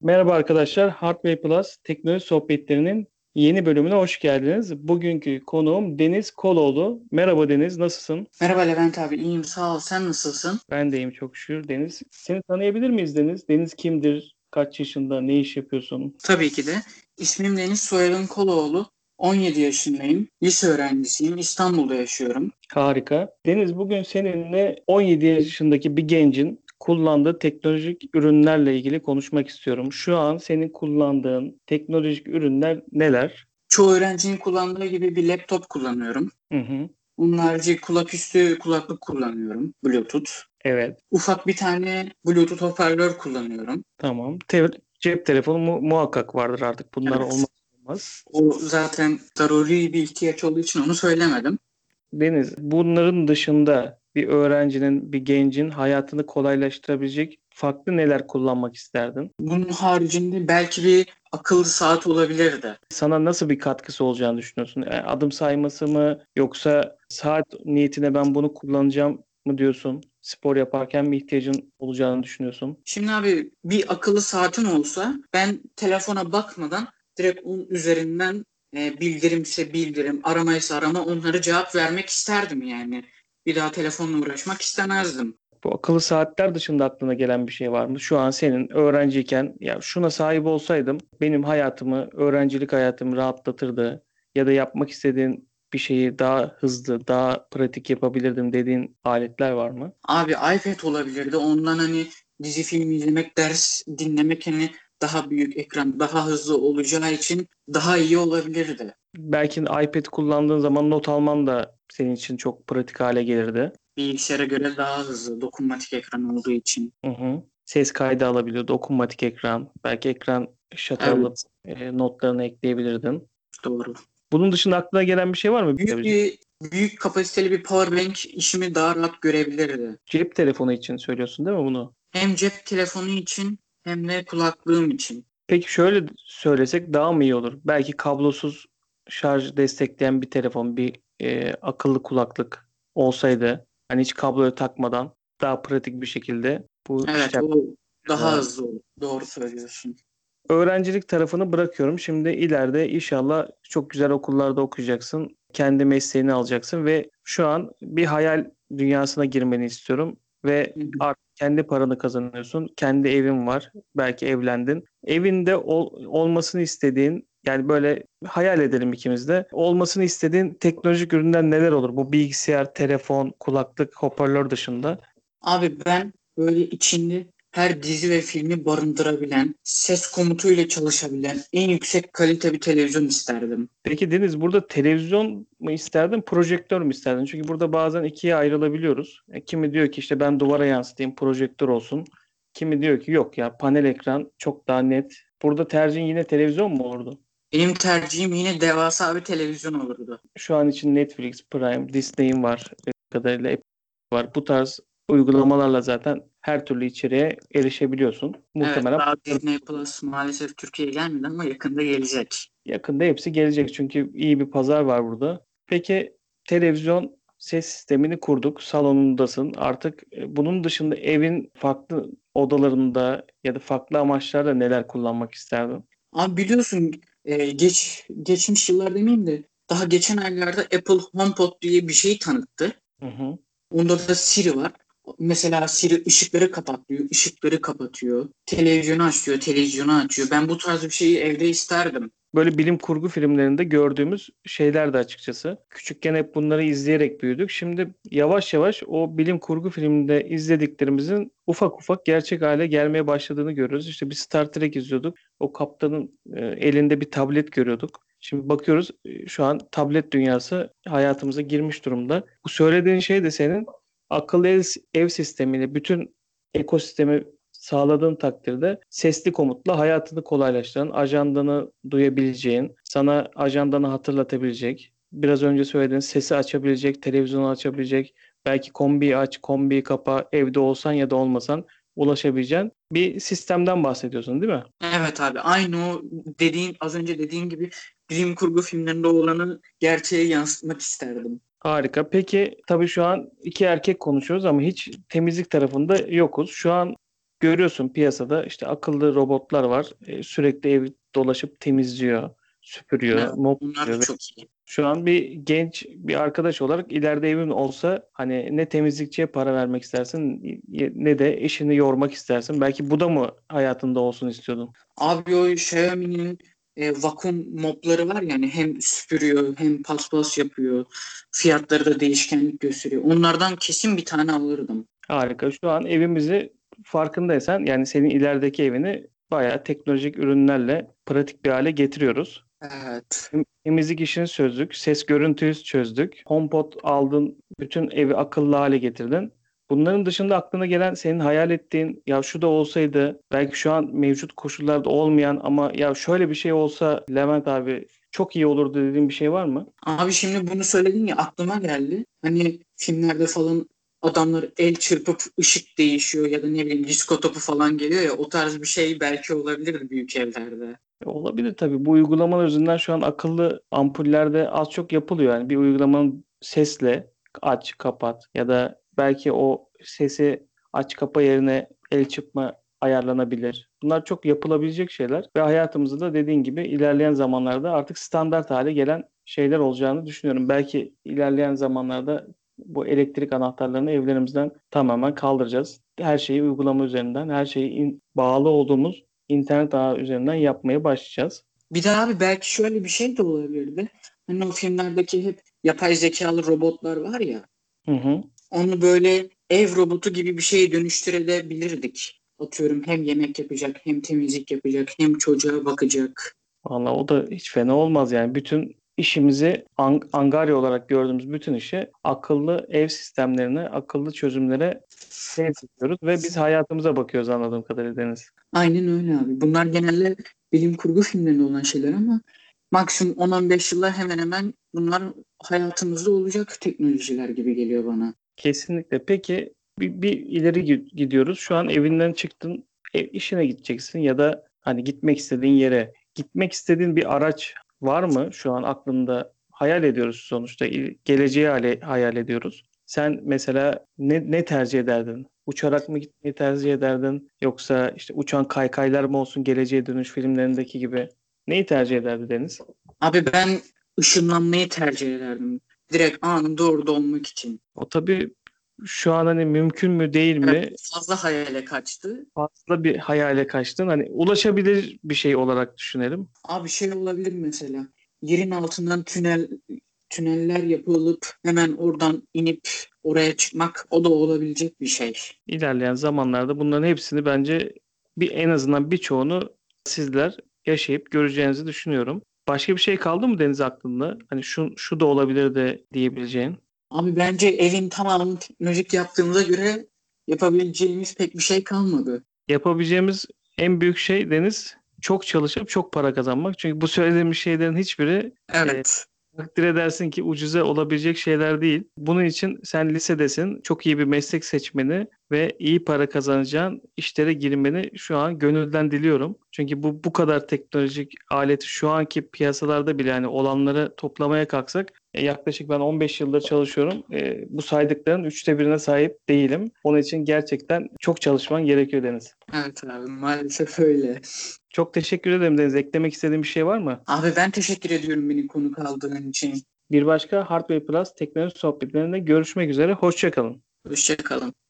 Merhaba arkadaşlar, Hardware Plus teknoloji sohbetlerinin yeni bölümüne hoş geldiniz. Bugünkü konuğum Deniz Koloğlu. Merhaba Deniz, nasılsın? Merhaba Levent abi, iyiyim sağ ol. Sen nasılsın? Ben de iyiyim çok şükür. Deniz, seni tanıyabilir miyiz Deniz? Deniz kimdir? Kaç yaşında? Ne iş yapıyorsun? Tabii ki de. İsmim Deniz, soyadım Koloğlu. 17 yaşındayım. Lise öğrencisiyim. İstanbul'da yaşıyorum. Harika. Deniz, bugün seninle 17 yaşındaki bir gencin kullandığı teknolojik ürünlerle ilgili konuşmak istiyorum. Şu an senin kullandığın teknolojik ürünler neler? Çoğu öğrencinin kullandığı gibi bir laptop kullanıyorum. Hı hı. Bunun harici kulaküstü kulaklık kullanıyorum. Bluetooth. Evet. Ufak bir tane Bluetooth hoparlör kullanıyorum. Tamam. Cep telefonu muhakkak vardır artık. Bunlar Evet. olmaz. O zaten zaruri bir ihtiyaç olduğu için onu söylemedim. Deniz, bunların dışında bir öğrencinin, bir gencin hayatını kolaylaştırabilecek farklı neler kullanmak isterdin? Bunun haricinde belki bir akıllı saat olabilirdi. Sana nasıl bir katkısı olacağını düşünüyorsun? Adım sayması mı yoksa saat niyetine ben bunu kullanacağım mı diyorsun? Spor yaparken mi ihtiyacın olacağını düşünüyorsun? Şimdi abi bir akıllı saatin olsa ben telefona bakmadan direkt onun üzerinden bildirimse bildirim, aramaysa arama onlara cevap vermek isterdim yani. Bir daha telefonla uğraşmak istemezdim. Bu akıllı saatler dışında aklına gelen bir şey var mı? Şu an senin öğrenciyken ya şuna sahip olsaydım benim hayatımı, öğrencilik hayatımı rahatlatırdı ya da yapmak istediğin bir şeyi daha hızlı, daha pratik yapabilirdim dediğin aletler var mı? Abi iPad olabilirdi. Ondan hani dizi film izlemek, ders dinlemek hani daha büyük ekran, daha hızlı olacağı için daha iyi olabilirdi. Belki iPad kullandığın zaman not alman da senin için çok pratik hale gelirdi. Bilgisayara göre daha hızlı, dokunmatik ekran olduğu için. Hı hı. Ses kaydı alabiliyor, dokunmatik ekran. Belki ekran şat alıp Evet, notlarını ekleyebilirdin. doğru. Bunun dışında aklına gelen bir şey var mı? Büyük kapasiteli bir power bank işimi daha rahat görebilirdi. Cep telefonu için söylüyorsun değil mi bunu? Hem cep telefonu için hem de kulaklığım için. Peki şöyle söylesek daha mı iyi olur? Belki kablosuz şarj destekleyen bir telefon, bir akıllı kulaklık olsaydı, hani hiç kabloyu takmadan daha pratik bir şekilde bu Evet, işlem. o daha hızlı olur. Doğru söylüyorsun. Öğrencilik tarafını bırakıyorum. Şimdi ileride inşallah çok güzel okullarda okuyacaksın. Kendi mesleğini alacaksın ve şu an bir hayal dünyasına girmeni istiyorum ve Hı hı. artık kendi paranı kazanıyorsun. Kendi evin var. Belki evlendin. Evinde olmasını istediğin yani böyle hayal edelim ikimiz de. Olmasını istediğin teknolojik ürünler neler olur? Bu bilgisayar, telefon, kulaklık, hoparlör dışında. Abi ben böyle içinde her dizi ve filmi barındırabilen, ses komutuyla çalışabilen en yüksek kalite bir televizyon isterdim. Peki Deniz, burada televizyon mu isterdin, projektör mü isterdin? Çünkü burada bazen ikiye ayrılabiliyoruz. Kimi diyor ki işte ben duvara yansıtayım, projektör olsun. Kimi diyor ki yok ya panel ekran çok daha net. Burada tercihin yine televizyon mu olurdu? Benim tercihim yine devasa bir televizyon olurdu. Şu an için Netflix, Prime, Disney'in var, kadarıyla Apple var. Bu tarz uygulamalarla zaten her türlü içeriğe erişebiliyorsun. Evet, Muhtemelen daha Disney Plus maalesef Türkiye'ye gelmedi ama yakında gelecek. yakında hepsi gelecek çünkü iyi bir pazar var burada. Peki televizyon ses sistemini kurduk. Salonundasın. Artık bunun dışında evin farklı odalarında ya da farklı amaçlarla neler kullanmak isterdin? Abi biliyorsun geçmiş yıllar demeyeyim de daha geçen aylarda Apple HomePod diye bir şey tanıttı. Hı hı. Onda da Siri var. Mesela Siri ışıkları kapatıyor, ışıkları kapatıyor. Televizyonu açıyor, televizyonu açıyor. Ben bu tarz bir şeyi evde isterdim. Böyle bilim kurgu filmlerinde gördüğümüz şeyler de açıkçası. Küçükken hep bunları izleyerek büyüdük. Şimdi yavaş yavaş o bilim kurgu filminde izlediklerimizin ufak ufak gerçek hale gelmeye başladığını görüyoruz. İşte bir Star Trek izliyorduk. O kaptanın elinde bir tablet görüyorduk. Şimdi bakıyoruz şu an tablet dünyası hayatımıza girmiş durumda. Bu söylediğin şey de senin akıllı ev sistemiyle bütün ekosistemi sağladığın takdirde sesli komutla hayatını kolaylaştıran, ajandanı duyabileceğin, sana ajandanı hatırlatabilecek, biraz önce söylediğin sesi açabilecek, televizyonu açabilecek, belki kombiyi aç, kombiyi kapa, evde olsan ya da olmasan ulaşabileceğin bir sistemden bahsediyorsun, değil mi? Evet abi aynı o dediğin az önce dediğin gibi bilim kurgu filmlerinde olanı gerçeğe yansıtmak isterdim. Harika. Peki tabii şu an iki erkek konuşuyoruz ama hiç temizlik tarafında yokuz. Şu an görüyorsun piyasada işte akıllı robotlar var. Sürekli ev dolaşıp temizliyor, süpürüyor, Evet, bunlar da mopliyor. çok iyi. Şu an bir genç bir arkadaş olarak ileride evin olsa hani ne temizlikçiye para vermek istersin ne de eşini yormak istersin. Belki bu da mı hayatında olsun istiyordun? Abi o Xiaomi'nin vakum mopları var yani hem süpürüyor hem paspas yapıyor. Fiyatları da değişkenlik gösteriyor. Onlardan kesin bir tane alırdım. Harika. Şu an evimizi farkındaysan yani senin ilerideki evini bayağı teknolojik ürünlerle pratik bir hale getiriyoruz. Evet. Temizlik işini çözdük. Ses görüntüyü çözdük. HomePod aldın. Bütün evi akıllı hale getirdin. Bunların dışında aklına gelen senin hayal ettiğin ya şu da olsaydı belki şu an mevcut koşullarda olmayan ama ya şöyle bir şey olsa Levent abi çok iyi olurdu dediğin bir şey var mı? Abi şimdi bunu söyledin ya aklıma geldi. Hani filmlerde falan adamlar el çırpıp ışık değişiyor ya da ne bileyim disko topu falan geliyor ya o tarz bir şey belki olabilir büyük evlerde. Olabilir tabii. Bu uygulamalar yüzünden şu an akıllı ampullerde az çok yapılıyor. Yani bir uygulamanın sesle aç, kapat ya da belki o sesi aç kapa yerine el çırpma ayarlanabilir. Bunlar çok yapılabilecek şeyler ve hayatımızda da dediğin gibi ilerleyen zamanlarda artık standart hale gelen şeyler olacağını düşünüyorum. Belki ilerleyen zamanlarda bu elektrik anahtarlarını evlerimizden tamamen kaldıracağız. Her şeyi uygulama üzerinden, her şeyi bağlı olduğumuz internet ağı üzerinden yapmaya başlayacağız. Bir de abi belki şöyle bir şey de olabilirdi. Hani o filmlerdeki hep yapay zekalı robotlar var ya. Hı hı. Onu böyle ev robotu gibi bir şeye dönüştürebilirdik. Atıyorum hem yemek yapacak, hem temizlik yapacak, hem çocuğa bakacak. Vallahi o da hiç fena olmaz yani. Bütün işimizi angarya olarak gördüğümüz bütün işi akıllı ev sistemlerine, akıllı çözümlere ediyoruz ve biz hayatımıza bakıyoruz anladığım kadarıyla Deniz. Aynen öyle abi. Bunlar genelde bilim kurgu filmlerinde olan şeyler ama maksimum 10-15 yılla hemen hemen bunlar hayatımızda olacak teknolojiler gibi geliyor bana. Kesinlikle. Peki bir ileri gidiyoruz. Şu an evinden çıktın, işine gideceksin ya da hani gitmek istediğin yere, gitmek istediğin bir araç var mı? Şu an aklında hayal ediyoruz sonuçta. Geleceği hayal ediyoruz. Sen mesela ne tercih ederdin? Uçarak mı gitmeyi tercih ederdin? Yoksa işte uçan kaykaylar mı olsun geleceğe dönüş filmlerindeki gibi? Neyi tercih ederdi Deniz? Abi ben ışınlanmayı tercih ederdim. Direkt anında orada olmak için. O tabii şu an hani mümkün mü değil Evet, mi? fazla hayale kaçtı. Fazla bir hayale kaçtın. Hani ulaşabilir bir şey olarak düşünelim. Abi şey olabilir mesela. Yerin altından tüneller yapılıp hemen oradan inip oraya çıkmak o da olabilecek bir şey. İlerleyen zamanlarda bunların hepsini bence en azından birçoğunu sizler yaşayıp göreceğinizi düşünüyorum. Başka bir şey kaldı mı Deniz aklında? Hani şu da olabilir de diyebileceğin. Abi bence evin tamamını teknolojik yaptığımıza göre yapabileceğimiz pek bir şey kalmadı. Yapabileceğimiz en büyük şey Deniz çok çalışıp çok para kazanmak. Çünkü bu söylediğimiz şeylerin hiçbiri Evet. takdir edersin ki ucuza olabilecek şeyler değil. Bunun için sen lisedesin, çok iyi bir meslek seçmeni ve iyi para kazanacağın işlere girmeni şu an gönülden diliyorum. Çünkü bu kadar teknolojik aleti şu anki piyasalarda bile yani olanları toplamaya kalksak yaklaşık ben 15 yıldır çalışıyorum. Bu saydıkların üçte birine sahip değilim. Onun için gerçekten çok çalışman gerekiyor Deniz. Evet abi maalesef öyle. Çok teşekkür ederim Deniz. Eklemek istediğin bir şey var mı? Abi ben teşekkür ediyorum beni konuk aldığın için. Bir başka Hardware Plus teknoloji sohbetlerinde görüşmek üzere. Hoşça kalın. Hoşça kalın.